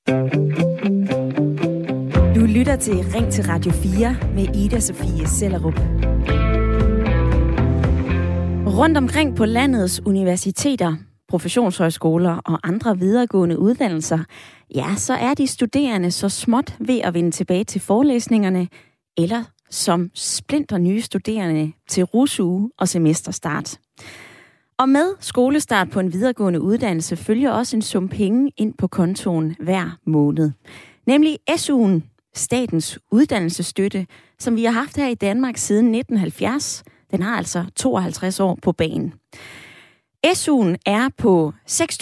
Du lytter til Ring til Radio 4 med Ida Sofie Sellerup. Rundt omkring på landets universiteter, professionshøjskoler og andre videregående uddannelser, ja, så er de studerende så småt ved at vende tilbage til forelæsningerne, eller som splinter nye studerende til rusuge og semesterstart. Og med skolestart på en videregående uddannelse følger også en sum penge ind på kontoen hver måned. Nemlig SU'en, statens uddannelsesstøtte, som vi har haft her i Danmark siden 1970. Den har altså 52 år på banen. SU'en er på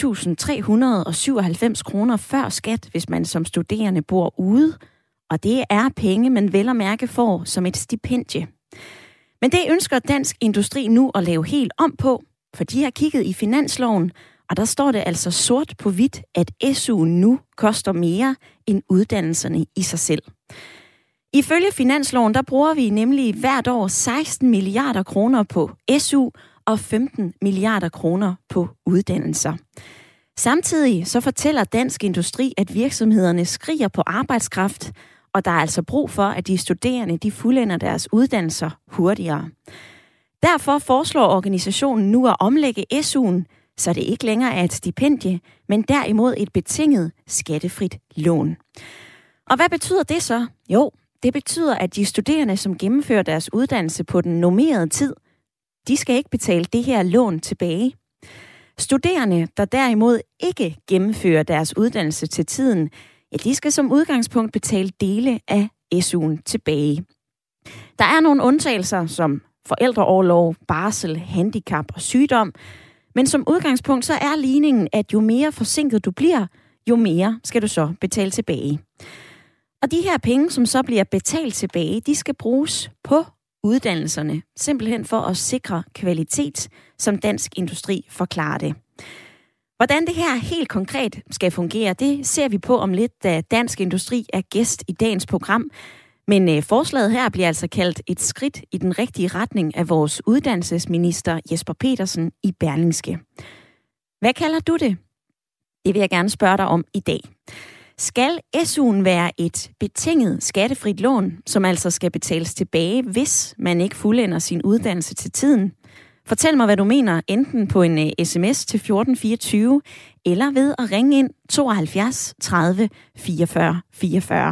6.397 kroner før skat, hvis man som studerende bor ude. Og det er penge, man vel at mærke får som et stipendie. Men det ønsker Dansk Industri nu at lave helt om på, for de har kigget i finansloven, og der står det altså sort på hvidt, at SU'en nu koster mere end uddannelserne i sig selv. Ifølge finansloven, der bruger vi nemlig hvert år 16 milliarder kroner på SU og 15 milliarder kroner på uddannelser. Samtidig så fortæller Dansk Industri, at virksomhederne skriger på arbejdskraft, og der er altså brug for, at de studerende de fuldender deres uddannelser hurtigere. Derfor foreslår organisationen nu at omlægge SU'en, så det ikke længere er et stipendie, men derimod et betinget skattefrit lån. Og hvad betyder det så? Jo, det betyder, at de studerende, som gennemfører deres uddannelse på den normerede tid, de skal ikke betale det her lån tilbage. Studerende, der derimod ikke gennemfører deres uddannelse til tiden, ja, de skal som udgangspunkt betale dele af SU'en tilbage. Der er nogle undtagelser som forældreorlov, barsel, handicap og sygdom, men som udgangspunkt så er ligningen, at jo mere forsinket du bliver, jo mere skal du så betale tilbage. Og de her penge, som så bliver betalt tilbage, de skal bruges på uddannelserne, simpelthen for at sikre kvalitet, som Dansk Industri forklarer det. Hvordan det her helt konkret skal fungere, det ser vi på om lidt, da Dansk Industri er gæst i dagens program. Men forslaget her bliver altså kaldt et skridt i den rigtige retning af vores uddannelsesminister Jesper Petersen i Berlingske. Hvad kalder du det? Det vil jeg gerne spørge dig om i dag. Skal SU'en være et betinget skattefrit lån, som altså skal betales tilbage, hvis man ikke fuldender sin uddannelse til tiden? Fortæl mig, hvad du mener, enten på en sms til 1424, eller ved at ringe ind 72 30 44 44.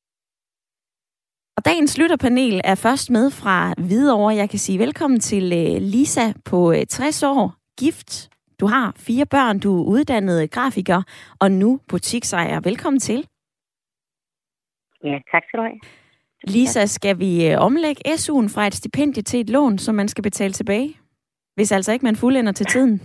Og dagens lytterpanel er først med fra Hvidovre. Jeg kan sige velkommen til Lisa på 60 år, gift. Du har 4 børn, du er uddannet grafiker, og nu butiksejer. Velkommen til. Ja, tak skal du have. Lisa, skal vi omlægge SU'en fra et stipendie til et lån, som man skal betale tilbage? Hvis altså ikke man fuldender til tiden?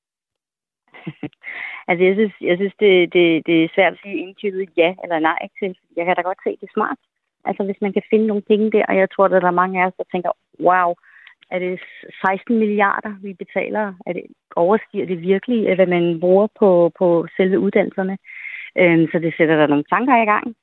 Altså, jeg synes det er svært at sige entydigt ja eller nej til. Jeg kan da godt se, det er smart. Altså, hvis man kan finde nogle penge der, og jeg tror, der er mange af os, der tænker, wow, er det 16 milliarder, vi betaler? Overstiger det virkelig, hvad man bruger på selve uddannelserne? Så det sætter der nogle tanker i gang.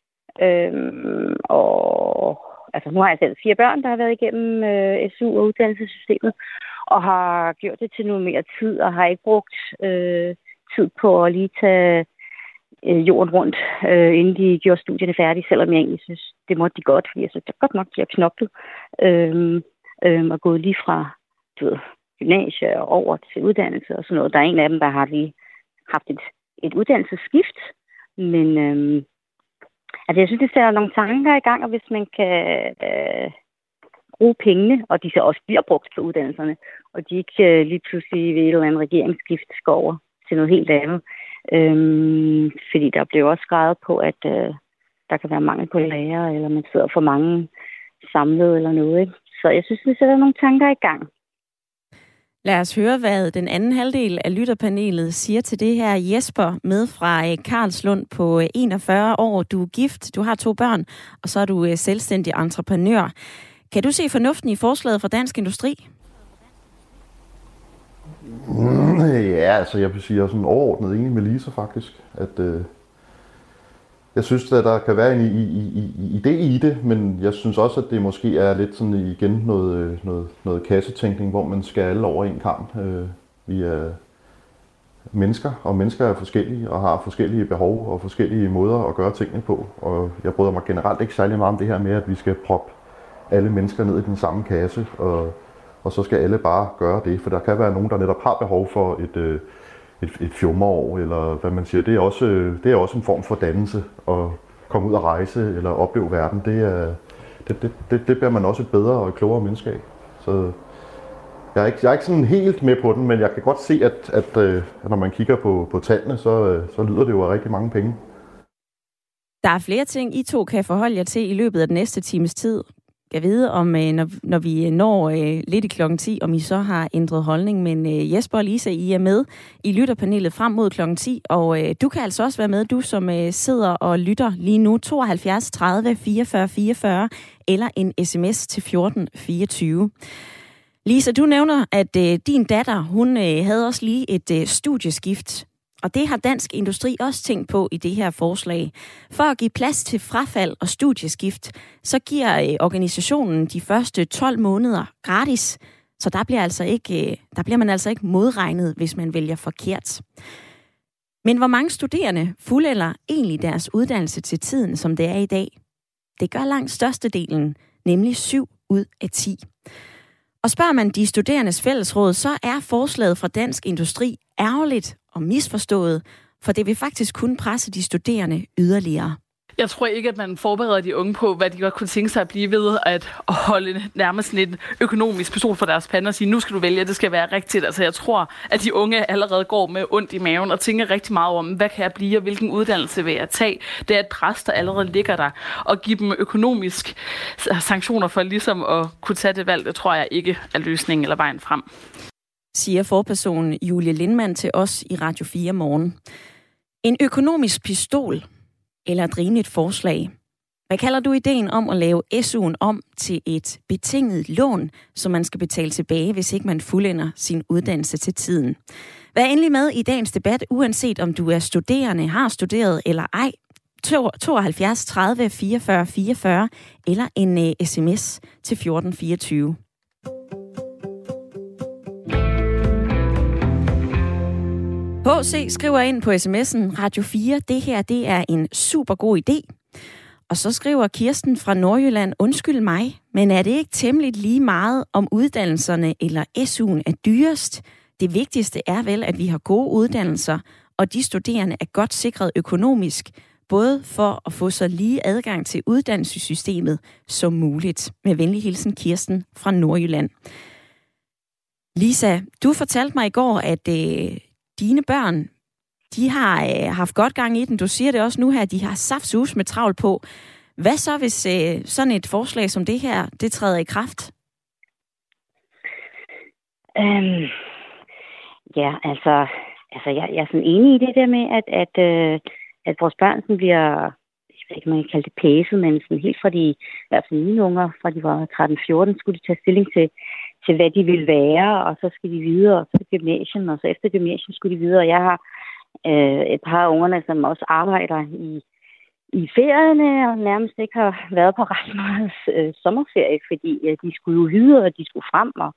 Og altså, nu har jeg selv 4 børn, der har været igennem SU og uddannelsessystemet, og har gjort det til noget mere tid, og har ikke brugt tid på at lige tage jorden rundt, inden de gjorde studierne færdige, selvom jeg egentlig synes, det måtte de godt, fordi jeg synes, det er godt nok, de har knoklet og gået lige fra gymnasie og over til uddannelse og sådan noget. Der er en af dem, der har lige haft et uddannelsesskift, men altså, jeg synes, det sætter nogle tanker i gang, og hvis man kan bruge pengene, og de så også bliver brugt på uddannelserne, og de ikke lige pludselig ved et eller andet regeringsskift skal over til noget helt andet. Fordi der blev også skrevet på, at der kan være mangel på lærere, eller man sidder for mange samlet eller noget. Ikke? Så jeg synes, vi sætter nogle tanker i gang. Lad os høre, hvad den anden halvdel af lytterpanelet siger til det her. Jesper med fra Karlslund på 41 år. Du er gift, du har 2 børn, og så er du selvstændig entreprenør. Kan du se fornuften i forslaget fra Dansk Industri? Ja, altså jeg vil sige, jeg er sådan overordnet enig med Lisa faktisk, at jeg synes, at der kan være en idé i det, men jeg synes også, at det måske er lidt sådan igen noget kassetænkning, hvor man skal alle over en kamp. mennesker, og mennesker er forskellige og har forskellige behov og forskellige måder at gøre tingene på. Og jeg bryder mig generelt ikke særlig meget om det her med, at vi skal proppe alle mennesker ned i den samme kasse, og så skal alle bare gøre det. For der kan være nogen, der netop har behov for et fjumreår, eller hvad man siger. Det er også en form for dannelse at komme ud og rejse eller opleve verden. Det bliver man også et bedre og et klogere menneske af. Så jeg er ikke sådan helt med på den, men jeg kan godt se, at når man kigger på tallene, så lyder det jo af rigtig mange penge. Der er flere ting, I to kan forholde jer til i løbet af den næste times tid. Jeg ved, om når vi når lidt i klokken 10, om I så har ændret holdning. Men Jesper og Lisa, I er med i lytterpanelet frem mod klokken 10. Og du kan altså også være med, du som sidder og lytter lige nu. 72 30 44 44 eller en sms til 14 24. Lisa, du nævner, at din datter, hun havde også lige et studieskift. Og det har Dansk Industri også tænkt på i det her forslag. For at give plads til frafald og studieskift, så giver organisationen de første 12 måneder gratis. Så der bliver man altså ikke modregnet, hvis man vælger forkert. Men hvor mange studerende fuldender egentlig deres uddannelse til tiden, som det er i dag? Det gør langt størstedelen, nemlig 7 ud af 10. Og spørger man de studerendes fællesråd, så er forslaget fra Dansk Industri ærgerligt og misforstået, for det vil faktisk kun presse de studerende yderligere. Jeg tror ikke, at man forbereder de unge på, hvad de godt kunne tænke sig at blive ved at holde nærmest en økonomisk pistol for deres pande og sige, nu skal du vælge, det skal være rigtigt. Altså jeg tror, at de unge allerede går med ondt i maven og tænker rigtig meget om, hvad kan jeg blive og hvilken uddannelse vil jeg tage. Det er et pres, der allerede ligger der. Og give dem økonomisk sanktioner for ligesom at kunne tage det valg, det tror jeg ikke er løsningen eller vejen frem. Siger forperson Julie Lindmann til os i Radio 4 morgen. En økonomisk pistol eller et rimeligt forslag. Hvad kalder du ideen om at lave SU'en om til et betinget lån, som man skal betale tilbage, hvis ikke man fuldender sin uddannelse til tiden? Vær endelig med i dagens debat, uanset om du er studerende, har studeret eller ej. 72 30 44 44 eller en sms til 1424. HC skriver ind på sms'en Radio 4, det her det er en super god idé. Og så skriver Kirsten fra Nordjylland, undskyld mig, men er det ikke temmelig lige meget, om uddannelserne eller SU'en er dyrest? Det vigtigste er vel, at vi har gode uddannelser, og de studerende er godt sikret økonomisk, både for at få så lige adgang til uddannelsessystemet som muligt. Med venlig hilsen Kirsten fra Nordjylland. Lisa, du fortalte mig i går, at dine børn, de har haft godt gang i den. Du siger det også nu her, de har saftsus med travl på. Hvad så, hvis sådan et forslag som det her, det træder i kraft? Ja, altså jeg er sådan enig i det der med, at vores børn sådan bliver, jeg ved ikke, man kan kalde det pæset, men sådan helt fra i hvert fald mine unger, fra de var 13-14, skulle de tage stilling til, hvad de ville være, og så skal de videre, og så gymnasiet, og så efter gymnasiet skulle de videre. Og jeg har et par af ungerne, som også arbejder i ferierne, og nærmest ikke har været på ret meget sommerferie, fordi de skulle jo videre, og de skulle frem. Og,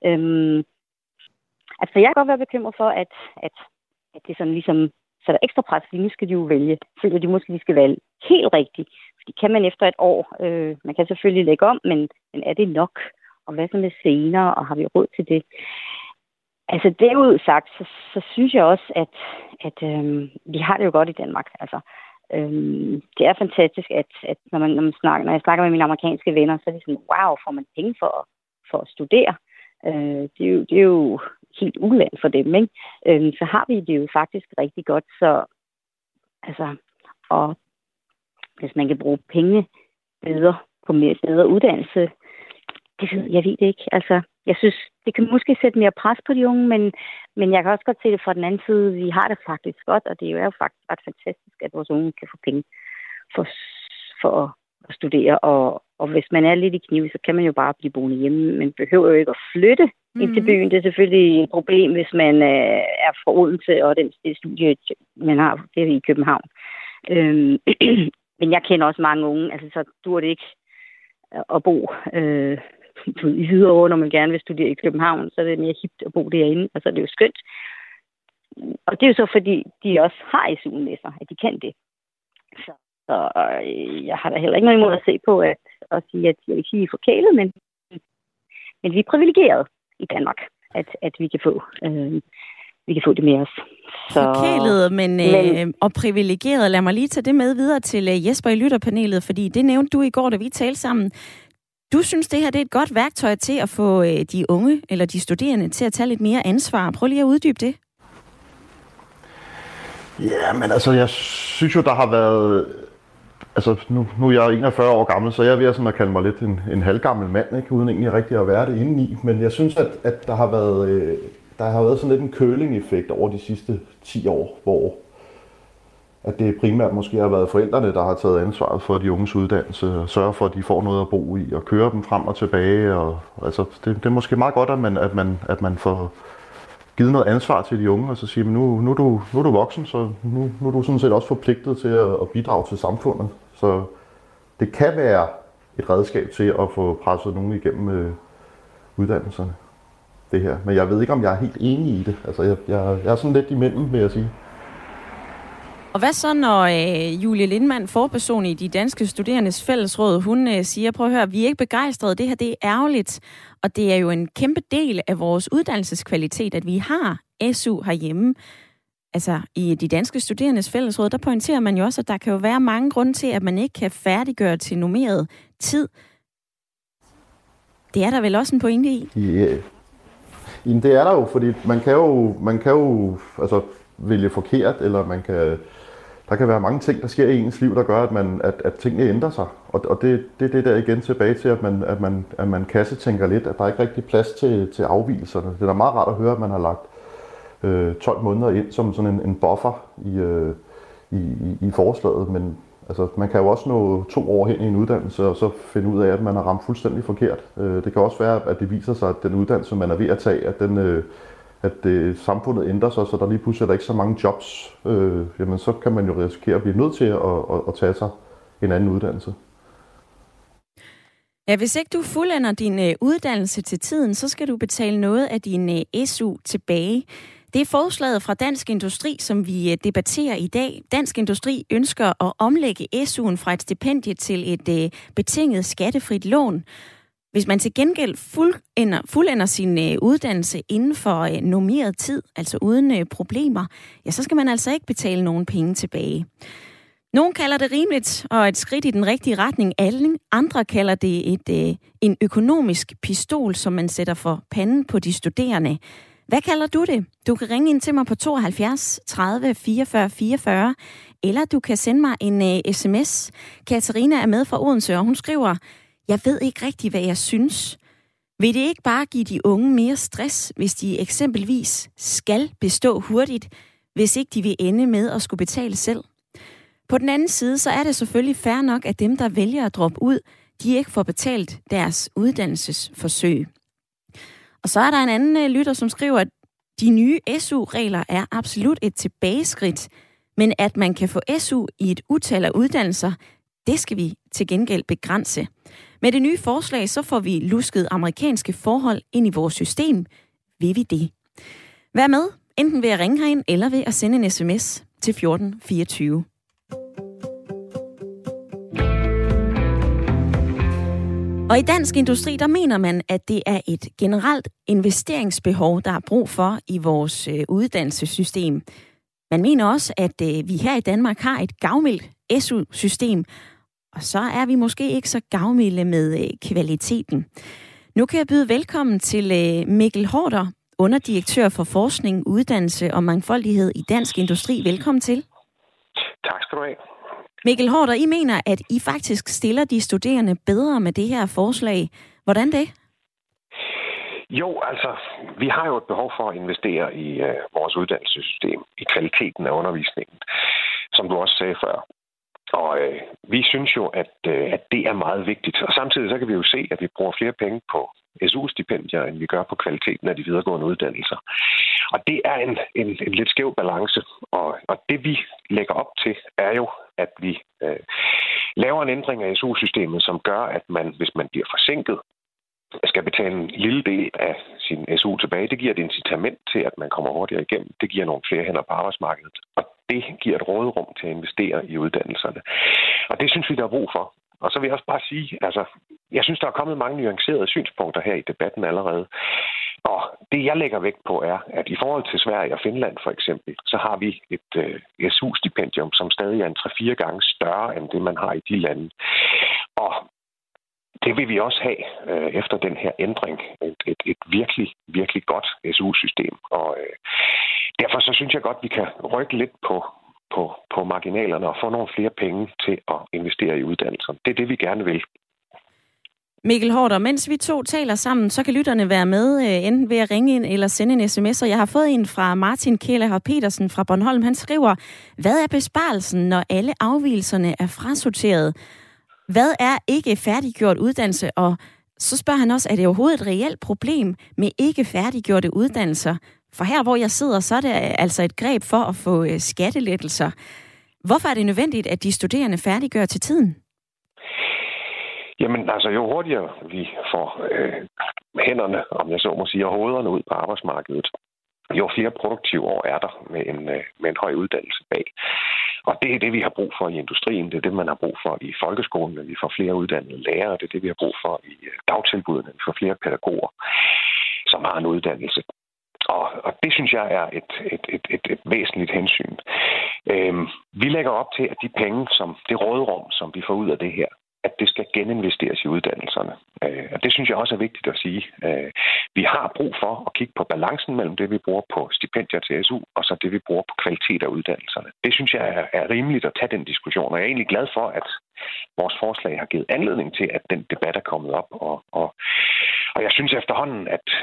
altså jeg kan godt være bekymret for, at det sådan ligesom sætter ekstra pres, fordi nu skal de jo vælge. Føler de måske, de skal vælge helt rigtigt. Fordi kan man efter et år, man kan selvfølgelig lægge om, men er det nok? Og hvad så med senere, og har vi råd til det? Altså derud sagt, så synes jeg også, at vi har det jo godt i Danmark. Altså, det er fantastisk, at når jeg snakker med mine amerikanske venner, så er det sådan, wow, får man penge for at studere? Det er jo helt uland for dem, ikke? Så har vi det jo faktisk rigtig godt. Så altså, og hvis man kan bruge penge bedre på mere bedre uddannelse, jeg ved det ikke. Altså, jeg synes, det kan måske sætte mere pres på de unge, men jeg kan også godt se det fra den anden side. Vi har det faktisk godt, og det er jo faktisk ret fantastisk, at vores unge kan få penge for at studere. Og hvis man er lidt i knive, så kan man jo bare blive boende hjemme. Man behøver jo ikke at flytte ind til byen. Det er selvfølgelig et problem, hvis man er fra Odense, og det studie, man har, det er i København. Men jeg kender også mange unge, altså så dur det ikke at bo i Hvidovre, når man gerne vil studere i København, så er det mere hipt at bo derinde, og så er det jo skønt. og det er jo så, fordi de også har SU'en med sig, at de kan det. Så jeg har da heller ikke noget imod at se på at sige, at jeg vil ikke sige forkælet, men vi er privilegerede i Danmark, at vi kan få det med os. Forkælet, men og privilegeret. Lad mig lige tage det med videre til Jesper i lytterpanelet, fordi det nævnte du i går, da vi talte sammen. Du synes, det her det er et godt værktøj til at få de unge eller de studerende til at tage lidt mere ansvar. Prøv lige at uddybe det. Ja, men altså, jeg synes jo, der har været... Altså, nu er jeg 41 år gammel, så jeg er ved sådan at kalde mig lidt en halvgammel mand, ikke? Uden egentlig rigtig at være det indeni. Men jeg synes, at der har været sådan lidt en curling-effekt over de sidste 10 år, hvor at det primært måske har været forældrene, der har taget ansvaret for de unges uddannelse, og sørger for, at de får noget at bo i, og kører dem frem og tilbage. Og, altså, det er måske meget godt, at man får givet noget ansvar til de unge, og så siger man, nu er du voksen, så nu er du sådan set også forpligtet til at bidrage til samfundet. Så det kan være et redskab til at få presset nogen igennem uddannelserne, det her. Men jeg ved ikke, om jeg er helt enig i det. Altså, jeg er sådan lidt imellem, vil jeg sige. Og hvad så, når Julie Lindmann, forperson i de danske studerendes fællesråd, hun siger, prøv at høre, vi er ikke begejstrede, det her det er ærgerligt, og det er jo en kæmpe del af vores uddannelseskvalitet, at vi har SU herhjemme. Altså, i de danske studerendes fællesråd, der pointerer man jo også, at der kan jo være mange grunde til, at man ikke kan færdiggøre til normeret tid. Det er der vel også en pointe i? Ja. Jamen, det er der jo, fordi man kan jo altså, vælge forkert, eller der kan være mange ting, der sker i ens liv, der gør, at tingene ændrer sig. Og det er det der igen tilbage til, at man kassetænker lidt, at der ikke rigtig plads til afvigelserne. Det er da meget rart at høre, at man har lagt 12 måneder ind som sådan en buffer i forslaget, men altså, man kan jo også nå 2 år hen i en uddannelse, og så finde ud af, at man har ramt fuldstændig forkert. Det kan også være, at det viser sig, at den uddannelse, man er ved at tage, at samfundet ændrer sig, så der lige pludselig er der ikke så mange jobs. Jamen, så kan man jo risikere at blive nødt til at tage sig en anden uddannelse. Ja, hvis ikke du fuldender din uddannelse til tiden, så skal du betale noget af din SU tilbage. Det er forslaget fra Dansk Industri, som vi debatterer i dag. Dansk Industri ønsker at omlægge SU'en fra et stipendie til et betinget skattefrit lån. Hvis man til gengæld fuldender sin uddannelse inden for normeret tid, altså uden problemer, ja, så skal man altså ikke betale nogen penge tilbage. Nogle kalder det rimeligt og et skridt i den rigtige retning. Andre kalder det en økonomisk pistol, som man sætter for panden på de studerende. Hvad kalder du det? Du kan ringe ind til mig på 72 30 44 44, eller du kan sende mig en sms. Katarina er med fra Odense, og hun skriver: Jeg ved ikke rigtig, hvad jeg synes. Vil det ikke bare give de unge mere stress, hvis de eksempelvis skal bestå hurtigt, hvis ikke de vil ende med at skulle betale selv? På den anden side, så er det selvfølgelig fair nok, at dem, der vælger at droppe ud, de ikke får betalt deres uddannelsesforsøg. Og så er der en anden lytter, som skriver, at de nye SU-regler er absolut et tilbageskridt, men at man kan få SU i et utal af uddannelser, det skal vi til gengæld begrænse. Med det nye forslag, så får vi lusket amerikanske forhold ind i vores system. Vil vi det? Vær med, enten ved at ringe herind, eller ved at sende en sms til 1424. Og i Dansk Industri, der mener man, at det er et generelt investeringsbehov, der er brug for i vores uddannelsessystem. Man mener også, at vi her i Danmark har et gavmildt SU-system, og så er vi måske ikke så gavmilde med kvaliteten. Nu kan jeg byde velkommen til Mikkel Haarder, underdirektør for forskning, uddannelse og mangfoldighed i Dansk Industri. Velkommen til. Tak skal du have. Mikkel Haarder, I mener, at I faktisk stiller de studerende bedre med det her forslag. Hvordan det? Jo, altså, vi har jo et behov for at investere i vores uddannelsessystem, i kvaliteten af undervisningen, som du også sagde før. Og vi synes jo, at det er meget vigtigt. Og samtidig så kan vi jo se, at vi bruger flere penge på SU-stipendier, end vi gør på kvaliteten af de videregående uddannelser. Og det er en lidt skæv balance. Og det vi lægger op til, er jo, at vi laver en ændring af SU-systemet, som gør, at man, hvis man bliver forsinket, skal betale en lille del af sin SU tilbage. Det giver et incitament til, at man kommer hurtigere igennem. Det giver nogle flere hænder på arbejdsmarkedet. Og det giver et råderum til at investere i uddannelserne. Og det synes vi, der er brug for. Og så vil jeg også bare sige, altså, jeg synes, der er kommet mange nuancerede synspunkter her i debatten allerede. Og det, jeg lægger vægt på, er, at i forhold til Sverige og Finland for eksempel, så har vi et SU-stipendium, som stadig er en 3-4 gange større end det, man har i de lande. Og det vil vi også have efter den her ændring. Et virkelig, virkelig godt SU-system. Og derfor så synes jeg godt, vi kan rykke lidt på marginalerne og få nogle flere penge til at investere i uddannelser. Det er det, vi gerne vil. Mikkel Haarder, mens vi to taler sammen, så kan lytterne være med, enten ved at ringe ind eller sende en sms. Og jeg har fået en fra Martin Kjellhav Petersen fra Bornholm. Han skriver, hvad er besparelsen, når alle afvigelserne er frasorteret? Hvad er ikke færdiggjort uddannelse? Og så spørger han også, er det overhovedet et reelt problem med ikke færdiggjorte uddannelser? For her, hvor jeg sidder, så er det altså et greb for at få skattelettelser. Hvorfor er det nødvendigt, at de studerende færdiggør til tiden? Jamen, altså, jo hurtigere vi får hænderne, om jeg så må sige, og hovederne ud på arbejdsmarkedet, jo flere produktive år er der med en høj uddannelse bag. Og det er det, vi har brug for i industrien. Det er det, man har brug for i folkeskolen, at vi får flere uddannede lærere. Det er det, vi har brug for i dagtilbudene, at vi får flere pædagoger, som har en uddannelse. Og det synes jeg er et væsentligt hensyn. Vi lægger op til, at de penge, som det råderum, som vi får ud af det her, at det skal geninvesteres i uddannelserne. Og det synes jeg også er vigtigt at sige. Vi har brug for at kigge på balancen mellem det, vi bruger på stipendier til SU, og så det, vi bruger på kvalitet af uddannelserne. Det synes jeg er rimeligt at tage den diskussion, og jeg er egentlig glad for, at vores forslag har givet anledning til, at den debat er kommet op. Og jeg synes efterhånden,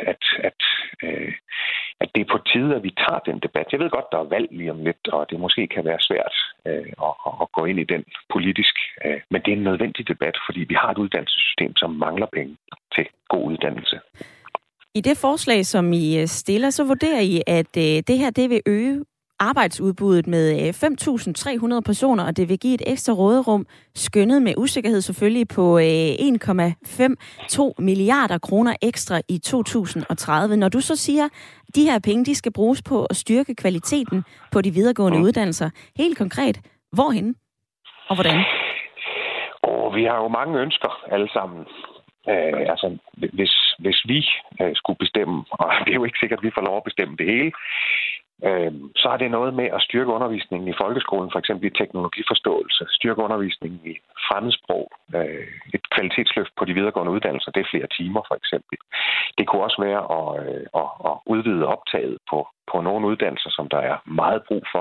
at det er på tide, at vi tager den debat. Jeg ved godt, der er valg lige om lidt, og det måske kan være svært at gå ind i den politisk. Men det er en nødvendig debat, fordi vi har et uddannelsessystem, som mangler penge til god uddannelse. I det forslag, som I stiller, så vurderer I, at det her det vil øge arbejdsudbuddet med 5.300 personer, og det vil give et ekstra råderum, skønnet med usikkerhed selvfølgelig på 1,52 milliarder kroner ekstra i 2030. Når du så siger, at de her penge, de skal bruges på at styrke kvaliteten på de videregående uddannelser, helt konkret, hvorhen og hvordan? Vi har jo mange ønsker alle sammen. Altså, hvis vi skulle bestemme, og det er jo ikke sikkert, at vi får lov at bestemme det hele, så er det noget med at styrke undervisningen i folkeskolen, for eksempel i teknologiforståelse, styrke undervisningen i fremmedsprog, et kvalitetsløft på de videregående uddannelser, det er flere timer for eksempel. Det kunne også være at udvide optaget på nogle uddannelser, som der er meget brug for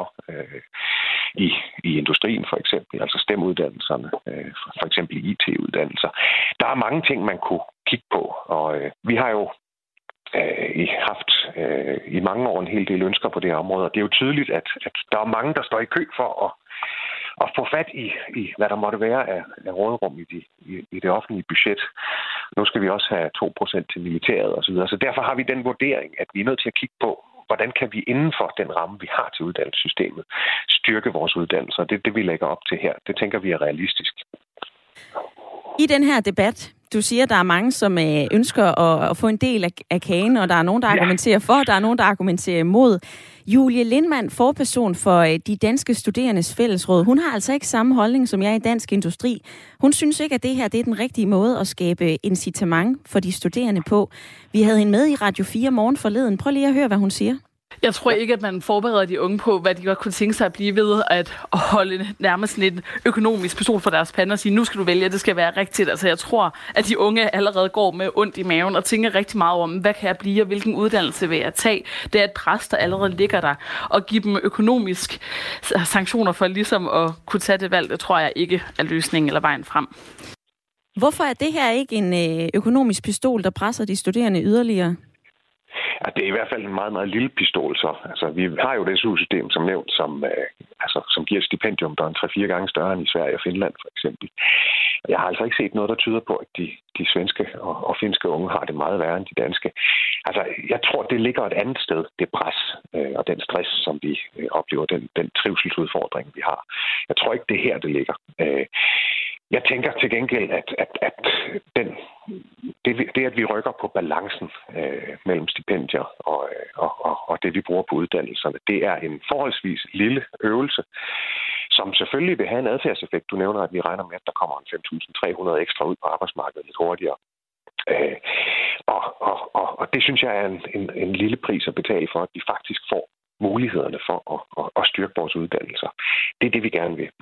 i industrien for eksempel, altså STEM-uddannelserne, for eksempel IT-uddannelser. Der er mange ting, man kunne kigge på, og vi har jo haft i mange år en hel del ønsker på det her område, og det er jo tydeligt, at der er mange, der står i kø for at få fat i hvad der måtte være af råderum i det offentlige budget. Nu skal vi også have 2% til militæret osv., så derfor har vi den vurdering, at vi er nødt til at kigge på, hvordan kan vi inden for den ramme, vi har til uddannelsessystemet, styrke vores uddannelser. Det er det, vi lægger op til her. Det tænker vi er realistisk. I den her debat, du siger, at der er mange, som ønsker at få en del af kagen, og der er nogen, der argumenterer for, og der er nogen, der argumenterer imod. Julie Lindmann, forperson for de danske studerendes fællesråd, hun har altså ikke samme holdning som jeg i Dansk Industri. Hun synes ikke, at det her det er den rigtige måde at skabe incitament for de studerende på. Vi havde hende med i Radio 4 morgen forleden. Prøv lige at høre, hvad hun siger. Jeg tror ikke, at man forbereder de unge på, hvad de godt kunne tænke sig at blive ved at holde nærmest en økonomisk pistol for deres pande og sige, nu skal du vælge, det skal være rigtigt. Altså jeg tror, at de unge allerede går med ondt i maven og tænker rigtig meget om, hvad kan jeg blive og hvilken uddannelse vil jeg tage. Det er et pres, der allerede ligger der. Og give dem økonomisk sanktioner for ligesom at kunne tage det valg, det tror jeg ikke er løsningen eller vejen frem. Hvorfor er det her ikke en økonomisk pistol, der presser de studerende yderligere? Ja, det er i hvert fald en meget, meget lille pistol. Så. Altså, vi har jo det SU-system, som nævnt, som giver et stipendium, der er 3-4 gange større end i Sverige og Finland, for eksempel. Jeg har altså ikke set noget, der tyder på, at de svenske og finske unge har det meget værre end de danske. Altså, jeg tror, det ligger et andet sted, det pres og den stress, som vi oplever, den trivselsudfordring, vi har. Jeg tror ikke, det er her, det ligger. Jeg tænker til gengæld, at det, at vi rykker på balancen mellem stipendier og det, vi bruger på uddannelserne, det er en forholdsvis lille øvelse, som selvfølgelig vil have en adfærdseffekt. Du nævner, at vi regner med, at der kommer 5.300 ekstra ud på arbejdsmarkedet lidt hurtigere. Og det synes jeg er en lille pris at betale for, at vi faktisk får mulighederne for at styrke vores uddannelser. Det er det, vi gerne vil.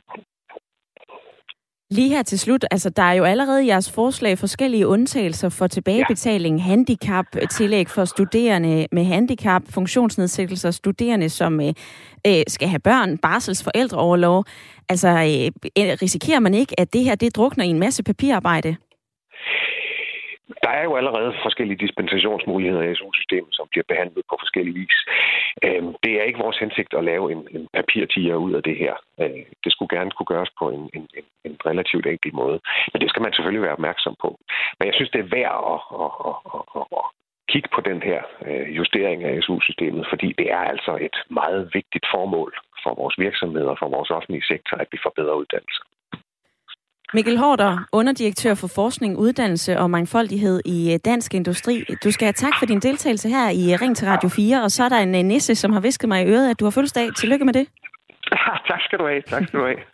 Lige her til slut, altså der er jo allerede i jeres forslag forskellige undtagelser for tilbagebetaling, handicap, tillæg for studerende med handicap, funktionsnedsættelser, studerende, som skal have børn, barselsforældreorlov. Altså risikerer man ikke, at det her det drukner i en masse papirarbejde? Der er jo allerede forskellige dispensationsmuligheder i SU-systemet, som bliver behandlet på forskellige vis. Det er ikke vores hensigt at lave en papirtiger ud af det her. Det skulle gerne kunne gøres på en relativt enkel måde. Men det skal man selvfølgelig være opmærksom på. Men jeg synes, det er værd at kigge på den her justering af SU-systemet, fordi det er altså et meget vigtigt formål for vores virksomheder og for vores offentlige sektor, at vi får bedre uddannelser. Mikkel Haarder, underdirektør for forskning, uddannelse og mangfoldighed i Dansk Industri. Du skal have tak for din deltagelse her i Ring til Radio 4, og så er der en nisse, som har hvisket mig i øret, at du har fødselsdag. Tillykke med det. Tak skal du have. Tak skal du have.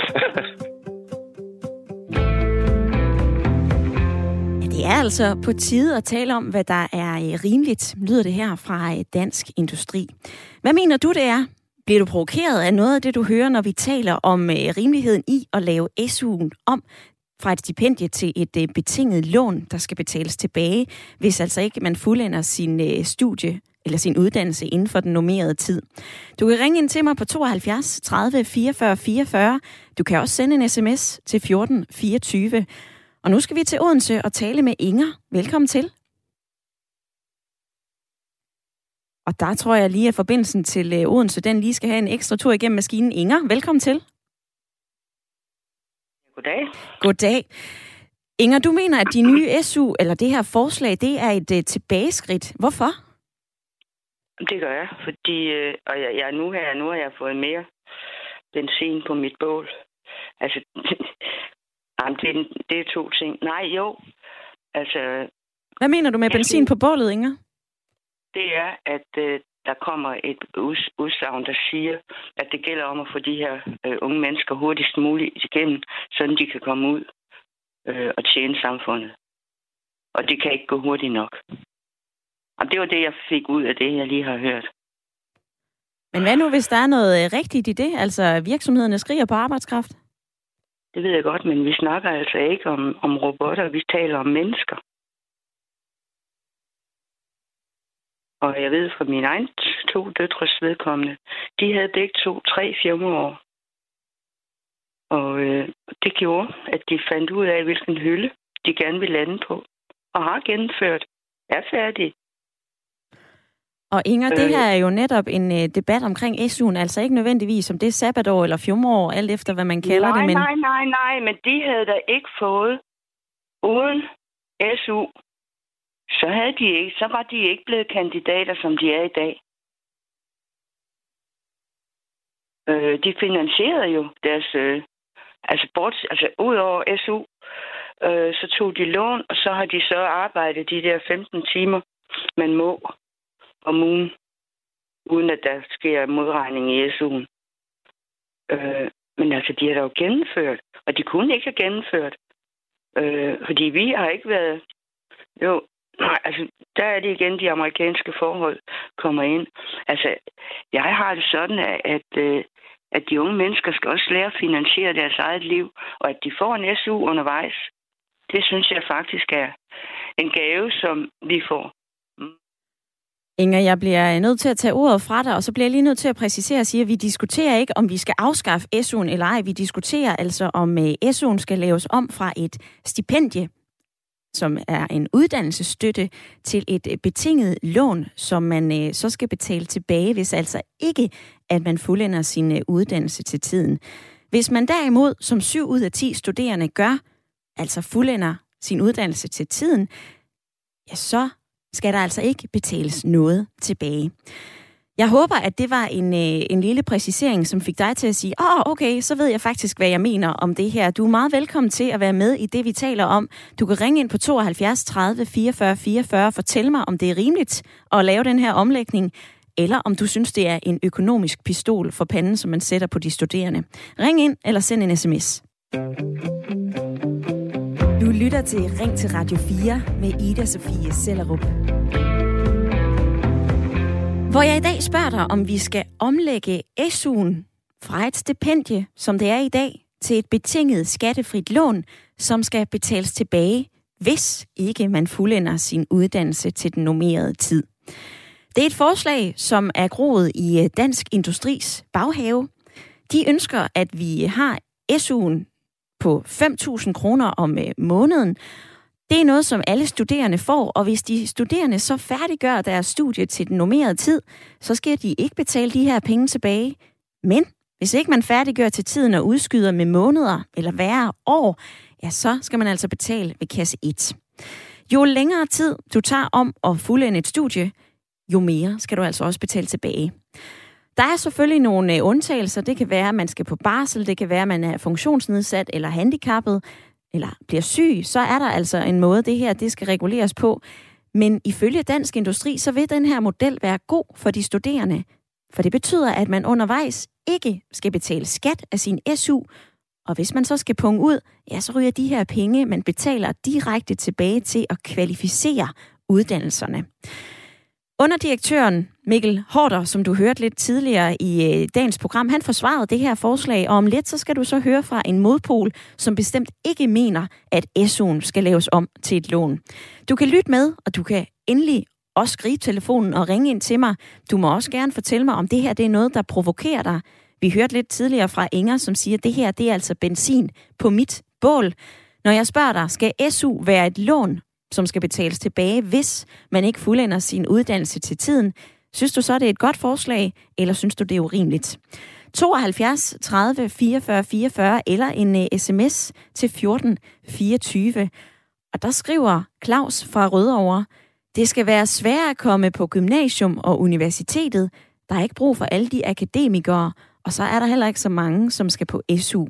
Det er altså på tide at tale om, hvad der er rimeligt, lyder det her fra Dansk Industri. Hvad mener du, det er? Bliver du provokeret af noget af det, du hører, når vi taler om rimeligheden i at lave SU'en om fra et stipendie til et betinget lån, der skal betales tilbage, hvis altså ikke man fuldender sin studie eller sin uddannelse inden for den normerede tid? Du kan ringe ind til mig på 72 30 44 44. Du kan også sende en sms til 14 24. Og nu skal vi til Odense og tale med Inger. Velkommen til. Og der tror jeg lige, at forbindelsen til Odense, den lige skal have en ekstra tur igennem maskinen. Inger, velkommen til. Goddag. Goddag. Inger, du mener, at de nye SU, eller det her forslag, det er et tilbageskridt. Hvorfor? Det gør jeg, fordi nu har jeg fået mere benzin på mit bål. Altså, det er to ting. Nej, jo. Altså, hvad mener du med benzin på bålet, Inger? Det er, at der kommer et udsagn, der siger, at det gælder om at få de her unge mennesker hurtigst muligt igennem, så de kan komme ud og tjene samfundet. Og det kan ikke gå hurtigt nok. Og det var det, jeg fik ud af det, jeg lige har hørt. Men hvad nu, hvis der er noget rigtigt i det? Altså, virksomhederne skriger på arbejdskraft? Det ved jeg godt, men vi snakker altså ikke om robotter, vi taler om mennesker. Og jeg ved fra mine egne 2 døtres vedkommende, de havde begge 3 firmaår. Og det gjorde, at de fandt ud af, hvilken hylde de gerne ville lande på. Og har gennemført. Er færdige. Og Inger, det her er jo netop en debat omkring SU'en, altså ikke nødvendigvis om det er sabbatår eller fjumår, alt efter hvad man kalder det. Men... Nej, men de havde da ikke fået uden SU. Så var de ikke blevet kandidater, som de er i dag. De finansierede jo deres... ud over SU, så tog de lån, og så har de så arbejdet de der 15 timer, man må om ugen, uden at der sker modregning i SU'en. Men altså, de har da jo gennemført, og de kunne ikke have gennemført, fordi vi har ikke været... Jo, nej, altså, der er det igen, de amerikanske forhold kommer ind. Altså, jeg har det sådan, at de unge mennesker skal også lære at finansiere deres eget liv, og at de får en SU undervejs. Det synes jeg faktisk er en gave, som vi får. Inger, jeg bliver nødt til at tage ordet fra dig, og så bliver jeg lige nødt til at præcisere og sige, at vi diskuterer ikke, om vi skal afskaffe SU'en eller ej. Vi diskuterer altså, om SU'en skal laves om fra et stipendie, som er en uddannelsesstøtte, til et betinget lån, som man så skal betale tilbage, hvis altså ikke, at man fuldender sin uddannelse til tiden. Hvis man derimod, som 7 ud af 10 studerende gør, altså fuldender sin uddannelse til tiden, ja, så skal der altså ikke betales noget tilbage. Jeg håber, at det var en lille præcisering, som fik dig til at sige, okay, så ved jeg faktisk, hvad jeg mener om det her. Du er meget velkommen til at være med i det, vi taler om. Du kan ringe ind på 72 30 44 44 og fortælle mig, om det er rimeligt at lave den her omlægning, eller om du synes, det er en økonomisk pistol for panden, som man sætter på de studerende. Ring ind eller send en sms. Du lytter til Ring til Radio 4 med Ida Sofie Sellerup. Hvor jeg i dag spørger dig, om vi skal omlægge SU'en fra et stipendie, som det er i dag, til et betinget skattefrit lån, som skal betales tilbage, hvis ikke man fuldender sin uddannelse til den normerede tid. Det er et forslag, som er groet i Dansk Industris baghave. De ønsker, at vi har SU'en på 5.000 kroner om måneden. Det er noget, som alle studerende får, og hvis de studerende så færdiggør deres studie til den normerede tid, så skal de ikke betale de her penge tilbage. Men hvis ikke man færdiggør til tiden og udskyder med måneder eller værre år, ja, så skal man altså betale ved kasse 1. Jo længere tid du tager om at fuldende et studie, jo mere skal du altså også betale tilbage. Der er selvfølgelig nogle undtagelser. Det kan være, at man skal på barsel, det kan være, at man er funktionsnedsat eller handicappet, eller bliver syg, så er der altså en måde, det skal reguleres på. Men ifølge Dansk Industri, så vil den her model være god for de studerende. For det betyder, at man undervejs ikke skal betale skat af sin SU, og hvis man så skal punge ud, ja, så ryger de her penge, man betaler direkte tilbage til at kvalificere uddannelserne. Underdirektøren Mikkel Hårder, som du hørte lidt tidligere i dagens program, han forsvarede det her forslag, og om lidt så skal du så høre fra en modpol, som bestemt ikke mener, at SU'en skal laves om til et lån. Du kan lytte med, og du kan endelig også gribe telefonen og ringe ind til mig. Du må også gerne fortælle mig, om det her det er noget, der provokerer dig. Vi hørte lidt tidligere fra Inger, som siger, at det her det er altså benzin på mit bål. Når jeg spørger dig, skal SU være et lån, som skal betales tilbage, hvis man ikke fuldender sin uddannelse til tiden? Synes du så, det er et godt forslag, eller synes du, det er urimeligt? 72 30 44 44 eller en sms til 14 24. Og der skriver Claus fra Rødovre, det skal være sværere at komme på gymnasium og universitetet. Der er ikke brug for alle de akademikere, og så er der heller ikke så mange, som skal på SU.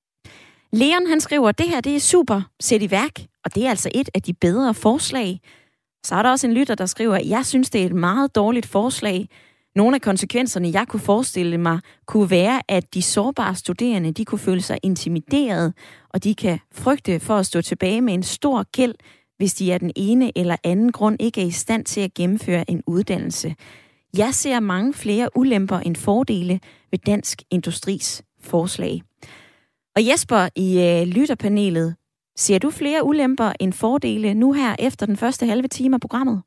Leon, han skriver, det her det er super, sæt i værk, og det er altså et af de bedre forslag. Så er der også en lytter, der skriver, jeg synes, det er et meget dårligt forslag. Nogle af konsekvenserne, jeg kunne forestille mig, kunne være, at de sårbare studerende, de kunne føle sig intimideret, og de kan frygte for at stå tilbage med en stor gæld, hvis de af den ene eller anden grund ikke er i stand til at gennemføre en uddannelse. Jeg ser mange flere ulemper end fordele ved Dansk Industris forslag. Og Jesper i lytterpanelet, ser du flere ulemper end fordele nu her efter den første halve time af programmet?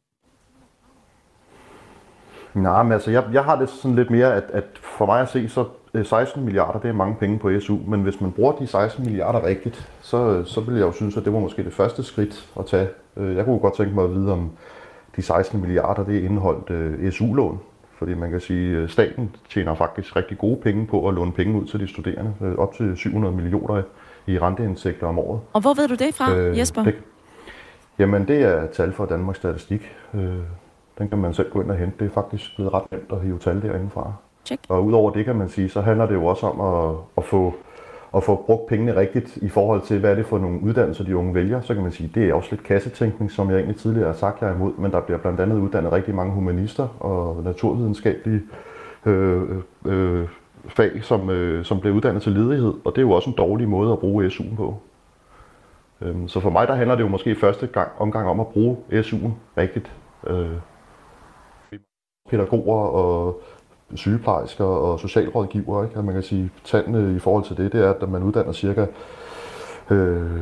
Nej, men altså, jeg har det sådan lidt mere, at for mig at se, så 16 milliarder, det er mange penge på SU, men hvis man bruger de 16 milliarder rigtigt, så vil jeg jo synes, at det var måske det første skridt at tage. Jeg kunne godt tænke mig at vide, om de 16 milliarder, det er indeholdt SU-lån. Fordi man kan sige, at staten tjener faktisk rigtig gode penge på at låne penge ud til de studerende. Op til 700 millioner i renteindtægter om året. Og hvor ved du det fra, Jesper? Jamen, det er tal fra Danmarks Statistik. Den kan man selv gå ind og hente. Det er faktisk blevet ret nemt at hive tal derindefra. Check. Og udover det kan man sige, så handler det jo også om at få brugt pengene rigtigt i forhold til, hvad er det for nogle uddannelser, de unge vælger. Så kan man sige, det er også lidt kassetænkning, som jeg egentlig tidligere har sagt, jeg er imod. Men der bliver blandt andet uddannet rigtig mange humanister og naturvidenskabelige fag, som bliver uddannet til ledighed. Og det er jo også en dårlig måde at bruge SU'en på. Så for mig, der handler det jo måske i første omgang om at bruge SU'en rigtigt. Pædagoger og sygeplejersker og socialrådgivere, ikke? At man kan sige, tallene i forhold til det er, at man uddanner cirka 25%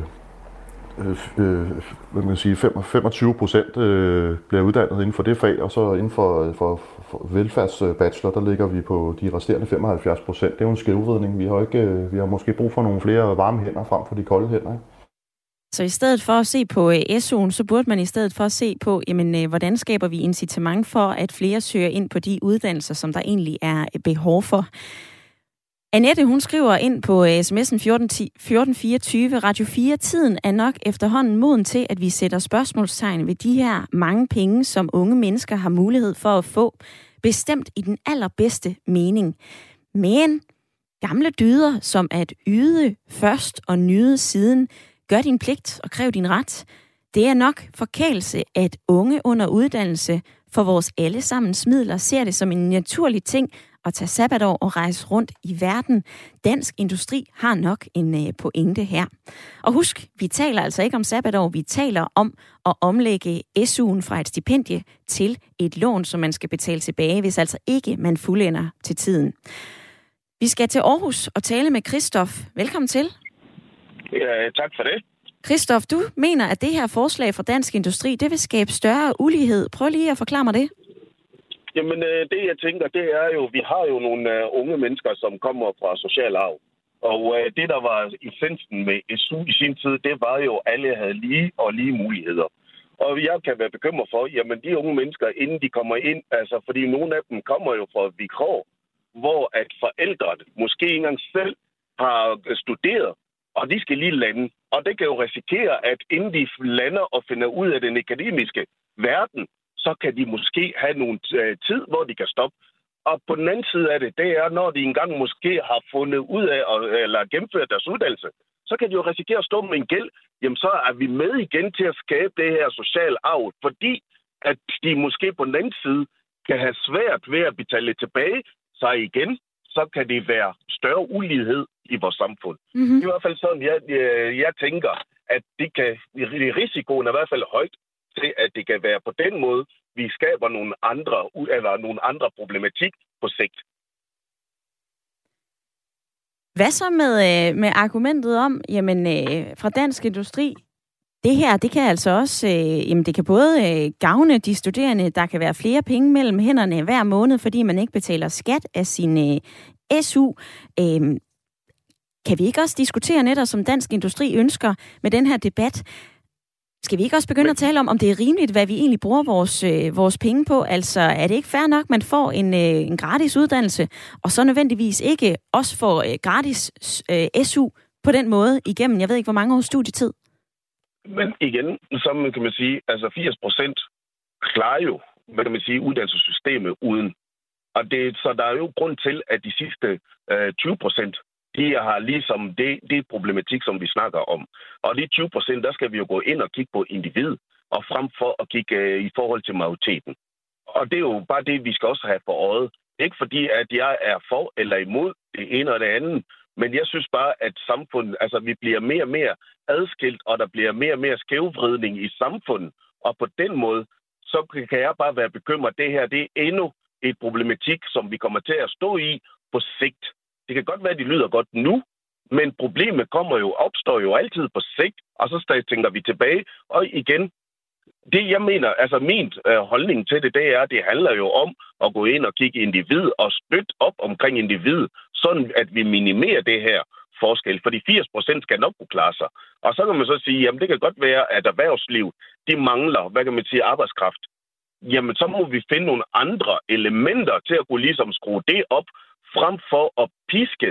bliver uddannet inden for det fag, og så inden for velfærdsbachelor, der ligger vi på de resterende 75%. Det er jo en skævvridning. Vi har måske brug for nogle flere varme hænder frem for de kolde hænder, ikke? Så i stedet for at se på SU'en, så burde man i stedet for at se på, jamen, hvordan skaber vi incitament for, at flere søger ind på de uddannelser, som der egentlig er behov for. Annette, hun skriver ind på sms'en 1424, Radio 4, tiden er nok efterhånden moden til, at vi sætter spørgsmålstegn ved de her mange penge, som unge mennesker har mulighed for at få. bestemt i den allerbedste mening. Men gamle dyder, som at yde først og nyde siden, gør din pligt og kræv din ret, det er nok forkælelse, at unge under uddannelse for vores allesammens midler ser det som en naturlig ting at tage sabbatår og rejse rundt i verden. Dansk Industri har nok en pointe her. Og husk, vi taler altså ikke om sabbatår, vi taler om at omlægge SU'en fra et stipendie til et lån, som man skal betale tilbage, hvis altså ikke man fuldender til tiden. Vi skal til Aarhus og tale med Christoph. Velkommen til. Ja, tak for det. Christoph, du mener, at det her forslag fra Dansk Industri, det vil skabe større ulighed. Prøv lige at forklare mig det. Jamen, det jeg tænker, det er jo, vi har jo nogle unge mennesker, som kommer fra social arv. Og det, der var essensen med SU i sin tid, det var jo, at alle havde lige muligheder. Og jeg kan være bekymret for, jamen de unge mennesker, inden de kommer ind, altså fordi nogle af dem kommer jo fra vilkår, hvor at forældrene måske ikke engang selv har studeret, og de skal lige lande. Og det kan jo risikere, at inden de lander og finder ud af den akademiske verden, så kan de måske have nogle tid, hvor de kan stoppe. Og på den anden side af det, det er, når de engang måske har fundet ud af, eller gennemført deres uddannelse, så kan de jo risikere at stå med en gæld. Jamen så er vi med igen til at skabe det her social arv, fordi at de måske på den anden side kan have svært ved at betale tilbage, så igen, så kan det være større ulighed i vores samfund. Mm-hmm. Det er i hvert fald sådan, jeg tænker, at risikoen er i hvert fald højt til, at det kan være på den måde, vi skaber nogle andre problematik på sigt. Hvad så med argumentet om, jamen fra Dansk Industri, det her, det kan altså også, det kan både gavne de studerende, der kan være flere penge mellem hænderne hver måned, fordi man ikke betaler skat af sin SU. Kan vi ikke også diskutere netop, som Dansk Industri ønsker med den her debat? Skal vi ikke også begynde at tale om det er rimeligt, hvad vi egentlig bruger vores penge på? Altså, er det ikke fair nok, man får en gratis uddannelse, og så nødvendigvis ikke også får gratis SU på den måde igennem, jeg ved ikke, hvor mange års studietid? Men igen, så kan man sige, altså 80% klarer jo, uddannelsessystemet uden. Og så der er jo grund til, at de sidste 20%, de har ligesom det problematik, som vi snakker om. Og de 20%, der skal vi jo gå ind og kigge på individ, og frem for at kigge i forhold til majoriteten. Og det er jo bare det, vi skal også have for øjet. Ikke fordi, at jeg er for eller imod det ene og det andet, men jeg synes bare, at samfundet, altså vi bliver mere og mere adskilt, og der bliver mere og mere skævvridning i samfundet. Og på den måde, så kan jeg bare være bekymret. Det her, det er endnu et problematik, som vi kommer til at stå i på sigt. Det kan godt være, at de lyder godt nu, men problemet opstår jo altid på sigt, og så tænker vi tilbage. Og igen, det jeg mener, altså min holdning til det, det er, at det handler jo om at gå ind og kigge individ og støtte op omkring individ, sådan at vi minimerer det her forskel. Fordi 80% skal nok kunne klare sig. Og så kan man så sige, jamen det kan godt være, at erhvervsliv, de mangler, arbejdskraft. Jamen så må vi finde nogle andre elementer til at kunne ligesom skrue det op, frem for at piske,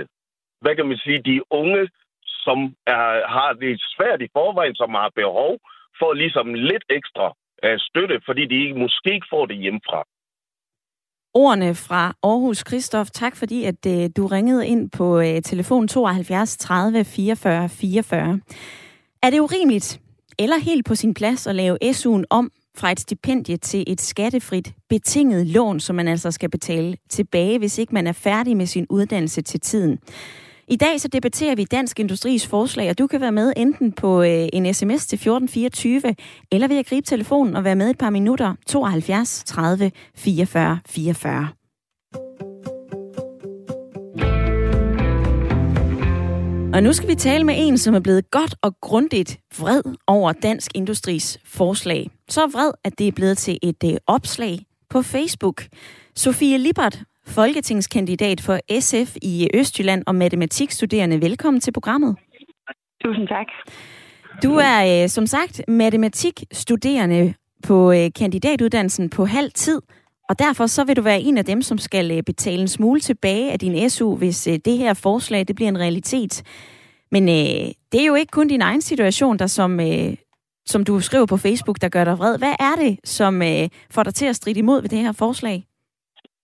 de unge, som har det svært i forvejen, som har behov for ligesom lidt ekstra støtte, fordi de måske ikke får det hjemmefra. Ordene fra Aarhus. Christoph, tak fordi, at du ringede ind på telefon 72 30 44 44. Er det urimeligt eller helt på sin plads at lave SU'en om fra et stipendie til et skattefrit betinget lån, som man altså skal betale tilbage, hvis ikke man er færdig med sin uddannelse til tiden? I dag så debatterer vi Dansk Industris forslag, og du kan være med enten på en sms til 1424, eller ved at gribe telefonen og være med et par minutter, 72 30 44 44. Og nu skal vi tale med en, som er blevet godt og grundigt vred over Dansk Industris forslag. Så vred, at det er blevet til et opslag på Facebook. Sofie Lippert, folketingskandidat for SF i Østjylland og matematikstuderende. Velkommen til programmet. Tusind tak. Du er som sagt matematikstuderende på kandidatuddannelsen på halv tid, og derfor så vil du være en af dem, som skal betale en smule tilbage af din SU, hvis det her forslag det bliver en realitet. Men det er jo ikke kun din egen situation, der som du skriver på Facebook, der gør dig vred. Hvad er det, som får dig til at stride imod ved det her forslag?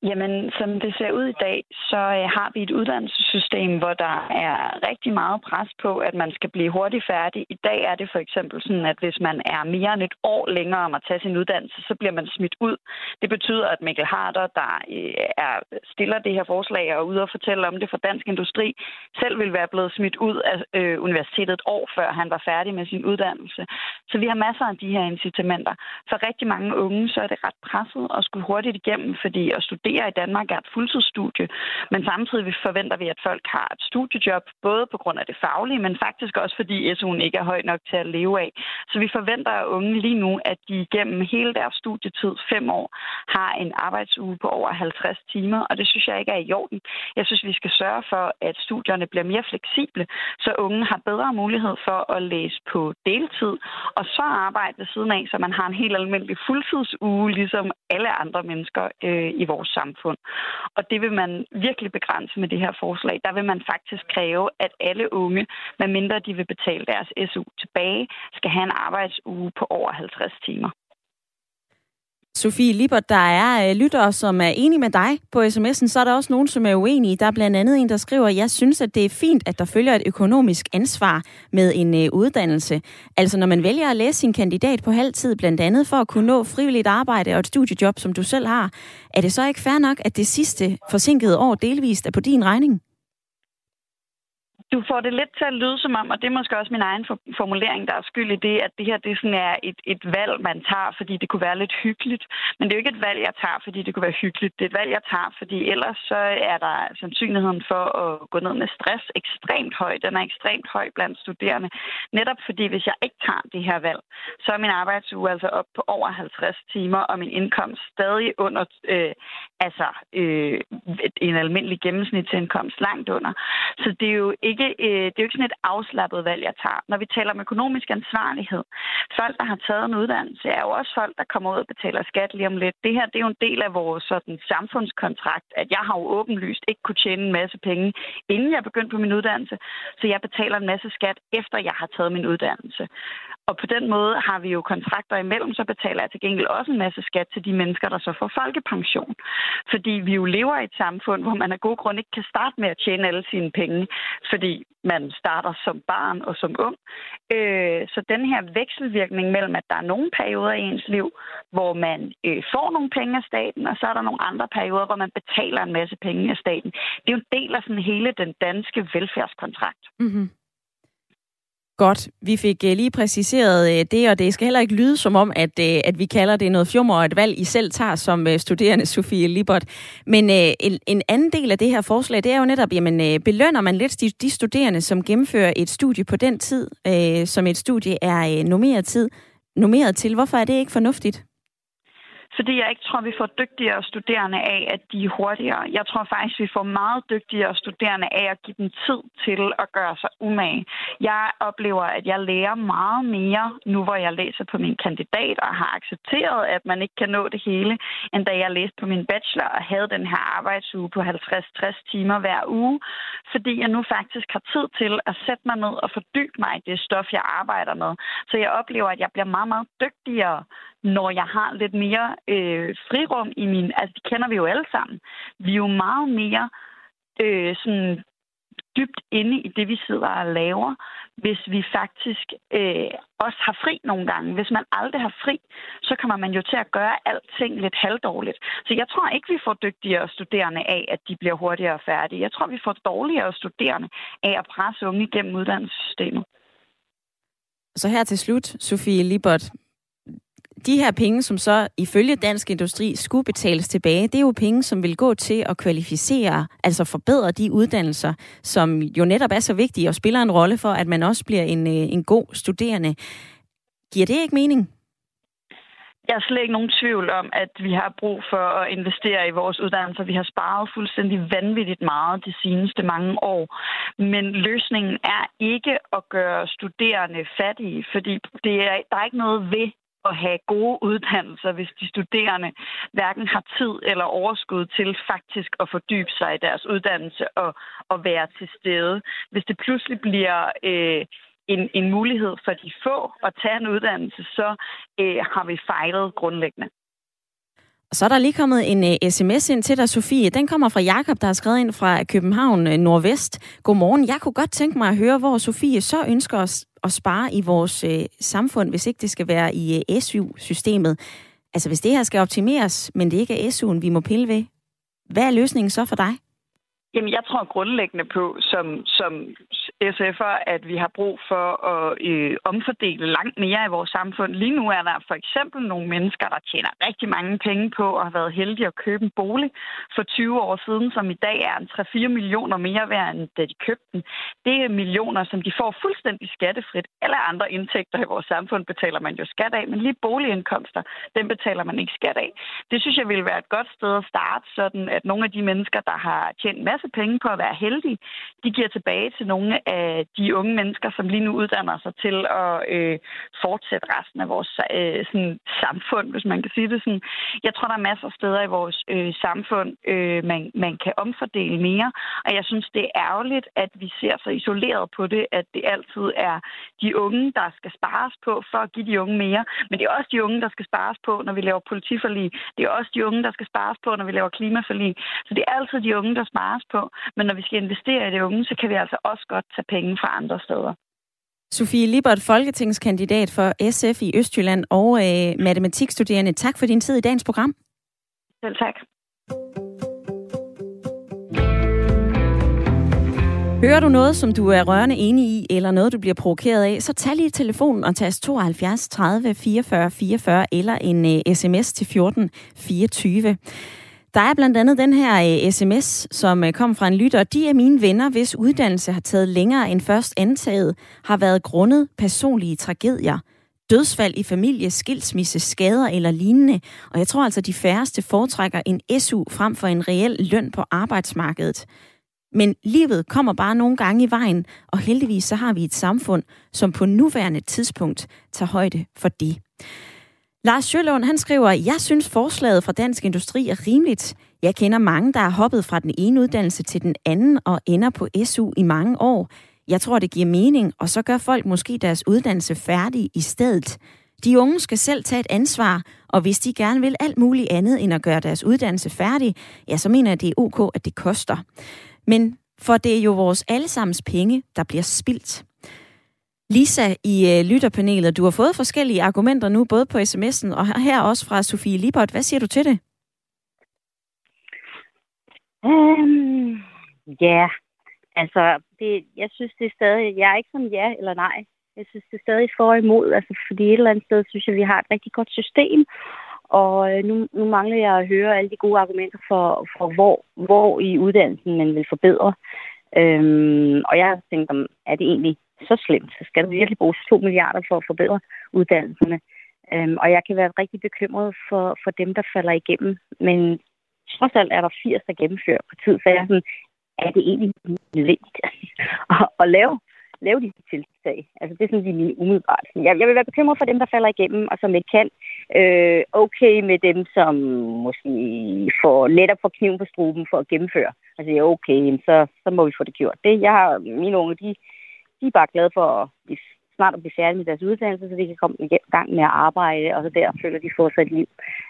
Jamen, som det ser ud i dag, så har vi et uddannelsessystem, hvor der er rigtig meget pres på, at man skal blive hurtigt færdig. I dag er det for eksempel sådan, at hvis man er mere end et år længere om at tage sin uddannelse, så bliver man smidt ud. Det betyder, at Mikkel Harder, der stiller det her forslag og er ude og fortælle om det for Dansk Industri, selv vil være blevet smidt ud af universitetet et år før han var færdig med sin uddannelse. Så vi har masser af de her incitamenter. For rigtig mange unge, så er det ret presset at skulle hurtigt igennem, fordi at studere i Danmark er et fuldtidsstudie, men samtidig forventer vi, at folk har et studiejob, både på grund af det faglige, men faktisk også fordi SU'en ikke er høj nok til at leve af. Så vi forventer af unge lige nu, at de gennem hele deres studietid, 5 år, har en arbejdsuge på over 50 timer, og det synes jeg ikke er i orden. Jeg synes, vi skal sørge for, at studierne bliver mere fleksible, så unge har bedre mulighed for at læse på deltid, og så arbejde ved siden af, så man har en helt almindelig fuldtidsuge, ligesom alle andre mennesker i vores samfund. Og det vil man virkelig begrænse med det her forslag. Der vil man faktisk kræve, at alle unge, medmindre de vil betale deres SU tilbage, skal have en arbejdsuge på over 50 timer. Sofie Lippert, der er lyttere, som er enige med dig på sms'en, så er der også nogen, som er uenige. Der er blandt andet en, der skriver, jeg synes, at det er fint, at der følger et økonomisk ansvar med en uddannelse. Altså når man vælger at læse sin kandidat på halv tid, blandt andet for at kunne nå frivilligt arbejde og et studiejob, som du selv har, er det så ikke fair nok, at det sidste forsinkede år delvist er på din regning? Du får det lidt til at lyde som om, og det er måske også min egen formulering, der er skyld i det, at det her det sådan er et valg, man tager, fordi det kunne være lidt hyggeligt. Men det er jo ikke et valg, jeg tager, fordi det kunne være hyggeligt. Det er et valg, jeg tager, fordi ellers så er der sandsynligheden for at gå ned med stress ekstremt høj. Den er ekstremt høj blandt studerende. Netop fordi, hvis jeg ikke tager det her valg, så er min arbejdsuge altså op på over 50 timer, og min indkomst stadig under en almindelig gennemsnitsindkomst langt under. Så det er jo ikke sådan et afslappet valg, jeg tager. Når vi taler om økonomisk ansvarlighed, folk, der har taget en uddannelse, er jo også folk, der kommer ud og betaler skat lige om lidt. Det her, det er jo en del af vores sådan, samfundskontrakt, at jeg har jo åbenlyst ikke kunne tjene en masse penge, inden jeg begyndte på min uddannelse, så jeg betaler en masse skat, efter jeg har taget min uddannelse. Og på den måde har vi jo kontrakter imellem, så betaler jeg til gengæld også en masse skat til de mennesker, der så får folkepension. Fordi vi jo lever i et samfund, hvor man af god grund ikke kan starte med at tjene alle sine penge, fordi man starter som barn og som ung. Så den her vekselvirkning mellem, at der er nogle perioder i ens liv, hvor man får nogle penge af staten, og så er der nogle andre perioder, hvor man betaler en masse penge af staten. Det er jo en del af sådan hele den danske velfærdskontrakt. Mm-hmm. Godt, vi fik lige præciseret det, og det skal heller ikke lyde som om, at vi kalder det noget fjummer og et valg, I selv tager som studerende, Sofie Lippert. Men en anden del af det her forslag, det er jo netop, jamen belønner man lidt de studerende, som gennemfører et studie på den tid, som et studie er normeret til. Hvorfor er det ikke fornuftigt? Fordi jeg ikke tror, vi får dygtigere studerende af, at de er hurtigere. Jeg tror faktisk, vi får meget dygtigere studerende af at give dem tid til at gøre sig umage. Jeg oplever, at jeg lærer meget mere, nu hvor jeg læser på min kandidat og har accepteret, at man ikke kan nå det hele, end da jeg læste på min bachelor og havde den her arbejdsuge på 50-60 timer hver uge. Fordi jeg nu faktisk har tid til at sætte mig ned og fordybe mig i det stof, jeg arbejder med. Så jeg oplever, at jeg bliver meget, meget dygtigere, når jeg har lidt mere frirum i min... Altså, det kender vi jo alle sammen. Vi er jo meget mere sådan dybt inde i det, vi sidder og laver, hvis vi faktisk også har fri nogle gange. Hvis man aldrig har fri, så kommer man jo til at gøre alting lidt halvdårligt. Så jeg tror ikke, vi får dygtigere studerende af, at de bliver hurtigere færdige. Jeg tror, vi får dårligere studerende af at presse unge gennem uddannelsessystemet. Så her til slut, Sofie Lippert, de her penge, som så ifølge Dansk Industri skulle betales tilbage, det er jo penge, som vil gå til at kvalificere, altså forbedre de uddannelser, som jo netop er så vigtige og spiller en rolle for, at man også bliver en god studerende. Giver det ikke mening? Jeg er slet ikke nogen tvivl om, at vi har brug for at investere i vores uddannelser. Vi har sparet fuldstændig vanvittigt meget de seneste mange år. Men løsningen er ikke at gøre studerende fattige, fordi der er ikke noget ved at have gode uddannelser, hvis de studerende hverken har tid eller overskud til faktisk at fordybe sig i deres uddannelse og være til stede. Hvis det pludselig bliver en mulighed for de få at tage en uddannelse, så har vi fejlet grundlæggende. Så er der lige kommet en sms ind til dig, Sofie. Den kommer fra Jakob, der har skrevet ind fra København Nordvest. Godmorgen. Jeg kunne godt tænke mig at høre, hvor Sofie så ønsker os at spare i vores samfund, hvis ikke det skal være i SU-systemet. Altså hvis det her skal optimeres, men det ikke er SU'en, vi må pille ved. Hvad er løsningen så for dig? Jamen, jeg tror grundlæggende på, som SF'er, at vi har brug for at omfordele langt mere i vores samfund. Lige nu er der for eksempel nogle mennesker, der tjener rigtig mange penge på og har været heldige at købe en bolig for 20 år siden, som i dag er 3-4 millioner mere værd, end da de købte den. Det er millioner, som de får fuldstændig skattefrit. Alle andre indtægter i vores samfund betaler man jo skat af, men lige boligindkomster, den betaler man ikke skat af. Det synes jeg ville være et godt sted at starte, sådan at nogle af de mennesker, der har tjent en masse penge på at være heldige, de giver tilbage til nogle af de unge mennesker, som lige nu uddanner sig til at fortsætte resten af vores samfund, hvis man kan sige det sådan. Jeg tror, der er masser af steder i vores samfund, man kan omfordele mere, og jeg synes, det er ærgerligt, at vi ser så isoleret på det, at det altid er de unge, der skal spares på for at give de unge mere, men det er også de unge, der skal spares på, når vi laver politiforlig. Det er også de unge, der skal spares på, når vi laver klimaforlig. Så det er altid de unge, der spares på, men når vi skal investere i det unge, så kan vi altså også godt tage penge fra andre steder. Sofie Lippert, folketingskandidat for SF i Østjylland og matematikstuderende. Tak for din tid i dagens program. Selv tak. Hører du noget, som du er rørende enig i, eller noget, du bliver provokeret af, så tag lige telefonen og tast 72 30 44 44 eller en sms til 14 24. Der er blandt andet den her sms, som kom fra en lytter. De er mine venner, hvis uddannelse har taget længere end først antaget, har været grundet personlige tragedier. Dødsfald i familie, skilsmisse, skader eller lignende. Og jeg tror altså, de færreste foretrækker en SU frem for en reel løn på arbejdsmarkedet. Men livet kommer bare nogle gange i vejen, og heldigvis så har vi et samfund, som på nuværende tidspunkt tager højde for det. Lars Sjølund, han skriver, jeg synes forslaget fra Dansk Industri er rimeligt. Jeg kender mange, der har hoppet fra den ene uddannelse til den anden og ender på SU i mange år. Jeg tror, det giver mening, og så gør folk måske deres uddannelse færdig i stedet. De unge skal selv tage et ansvar, og hvis de gerne vil alt muligt andet end at gøre deres uddannelse færdig, ja, så mener jeg, det er ok, at det koster. Men for det er jo vores allesammens penge, der bliver spildt. Lisa i lytterpanelet, du har fået forskellige argumenter nu, både på sms'en og her også fra Sofie Lippert. Hvad siger du til det? Ja, altså, jeg synes det er stadig, jeg er ikke sådan ja eller nej. Jeg synes det er stadig for og imod, altså fordi et eller andet sted synes jeg, vi har et rigtig godt system. Og nu mangler jeg at høre alle de gode argumenter for hvor i uddannelsen man vil forbedre. Og jeg har tænkt, er det egentlig så slemt? Så skal der virkelig bruges 2 milliarder for at forbedre uddannelserne. Og jeg kan være rigtig bekymret for dem, der falder igennem. Men trods alt er der 80, der gennemfører på tid. Så jeg er sådan, er det egentlig nødvendigt at lave de tiltag? Altså det er sådan lige umiddelbart. Jeg vil være bekymret for dem, der falder igennem, og som ikke kan. Okay med dem, som måske netop får kniven på struben for at gennemføre. Altså ja, okay, så må vi få det gjort. Mine unge, de er bare glade for at snart at blive færdige med deres uddannelse, så de kan komme i gang med at arbejde, og så der føler de fortsat liv.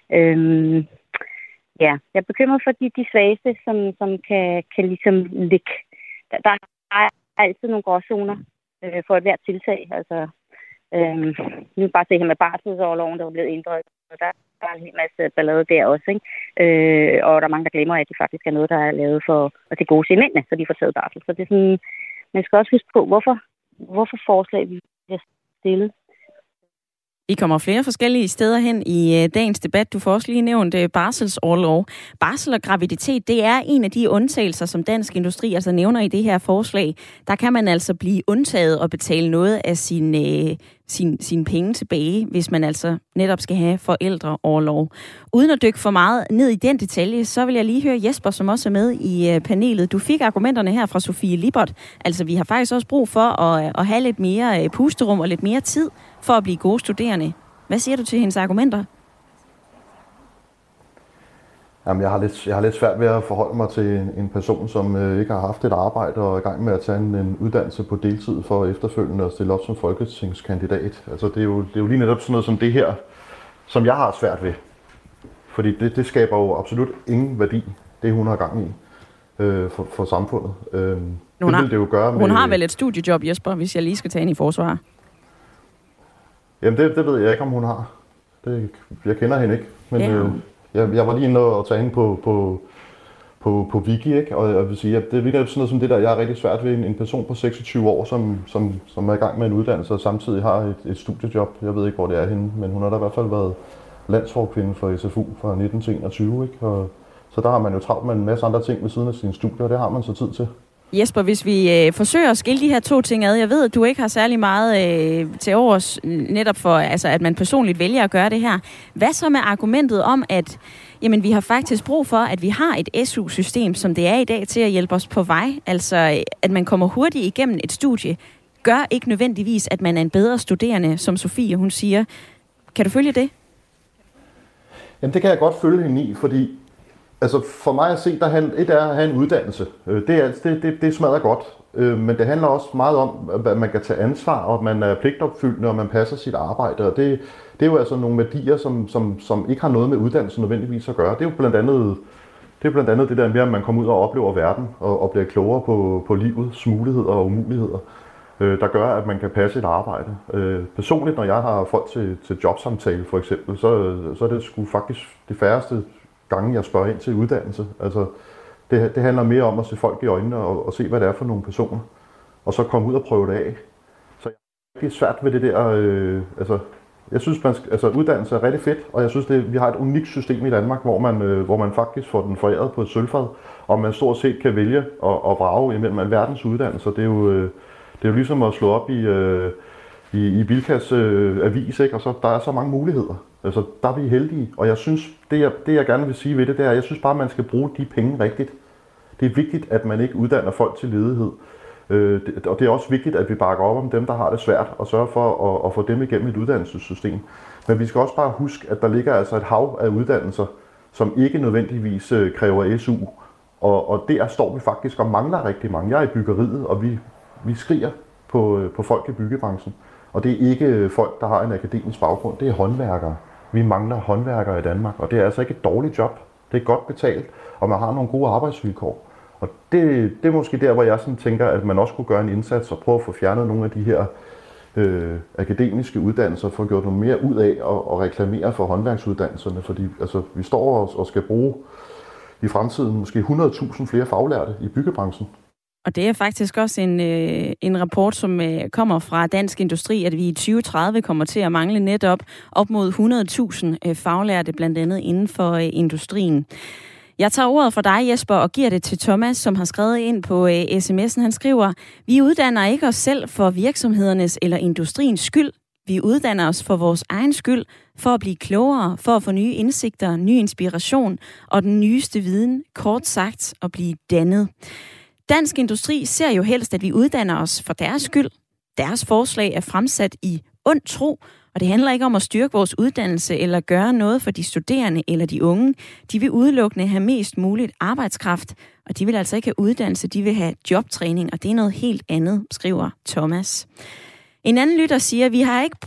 Ja, jeg er bekymret for de svageste, som kan ligesom ligge. Der er altid nogle gråzoner for et hvert tiltag. Altså, nu bare se her med barselsorloven, der er blevet ændret, og der er en hel masse ballade der også, ikke? Og der er mange, der glemmer, at det faktisk er noget, der er lavet for at tilgodese mændene, så de får taget barsel. Så det er sådan, man skal også huske på, hvorfor forslag vi bliver stillet. I kommer flere forskellige steder hen i dagens debat. Du får også lige nævnt barselsorlov. Barsel og graviditet, det er en af de undtagelser, som Dansk Industri altså nævner i det her forslag. Der kan man altså blive undtaget og betale noget af sine penge tilbage, hvis man altså netop skal have forældreorlov. Uden at dykke for meget ned i den detalje, så vil jeg lige høre Jesper, som også er med i panelet. Du fik argumenterne her fra Sofie Lippert. Altså, vi har faktisk også brug for at have lidt mere pusterum og lidt mere tid for at blive gode studerende. Hvad siger du til hendes argumenter? Jamen, jeg har lidt svært ved at forholde mig til en person, som ikke har haft et arbejde og er i gang med at tage en uddannelse på deltid for efterfølgende at stille op som folketingskandidat. Altså, det er jo lige netop sådan noget som det her, som jeg har svært ved. Fordi det skaber jo absolut ingen værdi, det hun har gang i for samfundet. Det vil det jo gøre med... Hun har vel et studiejob, Jesper, hvis jeg lige skal tage hende i forsvar? Jamen, det ved jeg ikke, om hun har. Jeg kender hende ikke. Men jeg var lige inde og tage hende på Wiki, ikke? Og jeg vil sige, at det er virkelig sådan noget som det der, jeg er rigtig svært ved en person på 26 år, som er i gang med en uddannelse og samtidig har et studiejob. Jeg ved ikke, hvor det er henne, men hun har da i hvert fald været landsforkvinde for SFU fra 19 til 21, ikke? Så der har man jo travlt med en masse andre ting ved siden af sine studier, og det har man så tid til. Jesper, hvis vi forsøger at skille de her to ting ad, jeg ved, at du ikke har særlig meget til overs netop for, altså, at man personligt vælger at gøre det her. Hvad så med argumentet om, at jamen, vi har faktisk brug for, at vi har et SU-system, som det er i dag, til at hjælpe os på vej? Altså, at man kommer hurtigt igennem et studie, gør ikke nødvendigvis, at man er en bedre studerende, som Sofie, hun siger. Kan du følge det? Jamen, det kan jeg godt følge hende i, fordi altså for mig at se, et er at have en uddannelse. Det smadrer godt. Men det handler også meget om, at man kan tage ansvar, og at man er pligtopfyldende, og man passer sit arbejde. Og det er jo altså nogle værdier, som ikke har noget med uddannelse nødvendigvis at gøre. Det er jo blandt andet det der med, at man kommer ud og oplever verden, og bliver klogere på livets muligheder og umuligheder, der gør, at man kan passe et arbejde. Personligt, når jeg har folk til jobsamtale for eksempel, så er det sgu faktisk det færreste gange, jeg spørger ind til uddannelse. Altså, det handler mere om at se folk i øjnene og se, hvad det er for nogle personer, og så komme ud og prøve det af. Så det er svært ved det der. Jeg synes, uddannelse er rigtig fedt, og jeg synes, vi har et unikt system i Danmark, hvor man faktisk får den foræret på et sølvfad, og man stort set kan vælge at vrage imellem alverdens uddannelser. Det er jo ligesom at slå op i Bilkas avis, ikke? Og så der er så mange muligheder. Altså, der er vi heldige, og jeg synes, det jeg gerne vil sige ved det, det er, at jeg synes bare, at man skal bruge de penge rigtigt. Det er vigtigt, at man ikke uddanner folk til ledighed. Og det er også vigtigt, at vi bakker op om dem, der har det svært, og sørger for at få dem igennem et uddannelsessystem. Men vi skal også bare huske, at der ligger altså et hav af uddannelser, som ikke nødvendigvis kræver SU. Og der står vi faktisk og mangler rigtig mange. Jeg er i byggeriet, og vi skriger på folk i byggebranchen. Og det er ikke folk, der har en akademisk baggrund, det er håndværkere. Vi mangler håndværkere i Danmark, og det er altså ikke et dårligt job. Det er godt betalt, og man har nogle gode arbejdsvilkår. Og det er måske der, hvor jeg sådan tænker, at man også kunne gøre en indsats og prøve at få fjernet nogle af de her akademiske uddannelser, få gjort noget mere ud af og reklamere for håndværksuddannelserne. Fordi altså, vi står og skal bruge i fremtiden måske 100.000 flere faglærte i byggebranchen. Og det er faktisk også en rapport, som kommer fra Dansk Industri, at vi i 2030 kommer til at mangle netop op mod 100.000 faglærte, blandt andet inden for industrien. Jeg tager ordet fra dig, Jesper, og giver det til Thomas, som har skrevet ind på sms'en. Han skriver, vi uddanner ikke os selv for virksomhedernes eller industriens skyld. Vi uddanner os for vores egen skyld, for at blive klogere, for at få nye indsigter, ny inspiration og den nyeste viden, kort sagt at blive dannet. Dansk Industri ser jo helst, at vi uddanner os for deres skyld. Deres forslag er fremsat i ond tro, og det handler ikke om at styrke vores uddannelse eller gøre noget for de studerende eller de unge. De vil udelukkende have mest muligt arbejdskraft, og de vil altså ikke have uddannelse, de vil have jobtræning, og det er noget helt andet, skriver Thomas. En anden lytter siger, at vi har ikke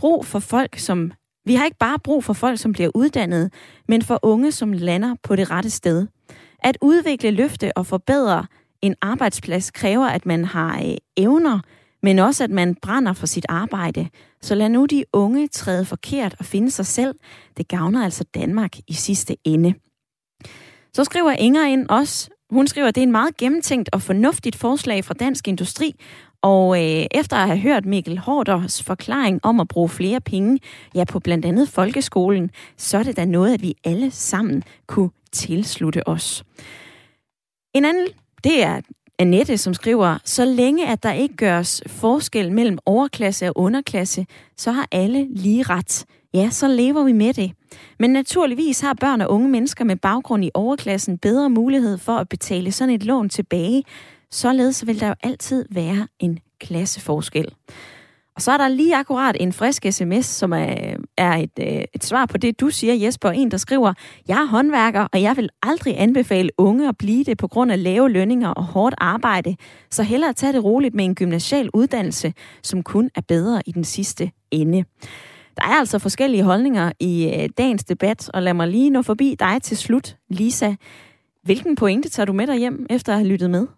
bare brug for folk, som bliver uddannet, men for unge, som lander på det rette sted. At udvikle, løfte og forbedre en arbejdsplads kræver, at man har evner, men også at man brænder for sit arbejde. Så lad nu de unge træde forkert og finde sig selv. Det gavner altså Danmark i sidste ende. Så skriver Inger ind også. Hun skriver, at det er en meget gennemtænkt og fornuftigt forslag fra Dansk Industri. Og efter at have hørt Mikkel Haarders forklaring om at bruge flere penge, på blandt andet folkeskolen, så er det da noget, at vi alle sammen kunne tilslutte os. En anden, det er Annette, som skriver, så længe at der ikke gøres forskel mellem overklasse og underklasse, så har alle lige ret. Ja, så lever vi med det. Men naturligvis har børn og unge mennesker med baggrund i overklassen bedre mulighed for at betale sådan et lån tilbage. Således vil der jo altid være en klasseforskel. Og så er der lige akkurat en frisk sms, som er et svar på det, du siger, Jesper. En, der skriver, jeg er håndværker, og jeg vil aldrig anbefale unge at blive det på grund af lave lønninger og hårdt arbejde. Så hellere tage det roligt med en gymnasial uddannelse, som kun er bedre i den sidste ende. Der er altså forskellige holdninger i dagens debat, og lad mig lige nå forbi dig til slut, Lisa. Hvilken pointe tager du med dig hjem, efter at have lyttet med?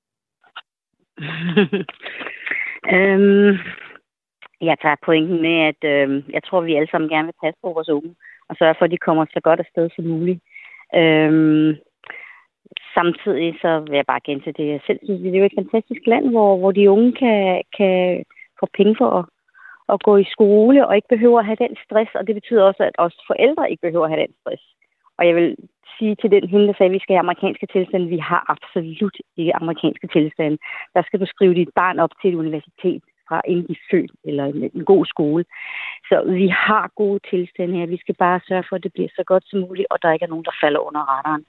Jeg tager pointen med, at jeg tror, vi alle sammen gerne vil passe på vores unge, og sørge for, at de kommer så godt afsted som muligt. Samtidig så vil jeg bare gentage det, jeg selv synes, vi lever i et fantastisk land, hvor de unge kan få penge for at gå i skole, og ikke behøver at have den stress, og det betyder også, at os forældre ikke behøver at have den stress. Og jeg vil sige til den hende, der sagde, at vi skal have amerikanske tilstande, vi har absolut ikke amerikanske tilstande. Der skal du skrive dit barn op til et universitet, fra inden de er født, eller en god skole. Så vi har gode tilstande her. Vi skal bare sørge for, at det bliver så godt som muligt, og der ikke er nogen, der falder under radaren.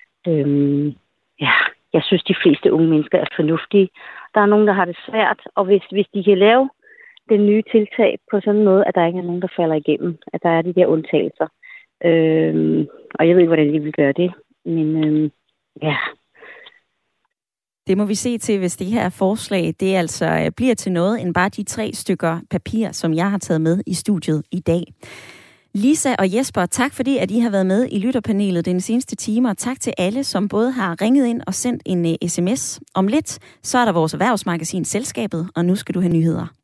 Jeg synes, de fleste unge mennesker er fornuftige. Der er nogen, der har det svært, og hvis de kan lave den nye tiltag på sådan en måde, at der ikke er nogen, der falder igennem, at der er de der undtagelser. Og jeg ved ikke, hvordan de vil gøre det, men ja. Det må vi se til, hvis det her forslag, det altså bliver til noget, end bare de 3 stykker papir, som jeg har taget med i studiet i dag. Lisa og Jesper, tak fordi, at I har været med i lytterpanelet den seneste time, og tak til alle, som både har ringet ind og sendt en sms. Om lidt, så er der vores erhvervsmagasin Selskabet, og nu skal du have nyheder.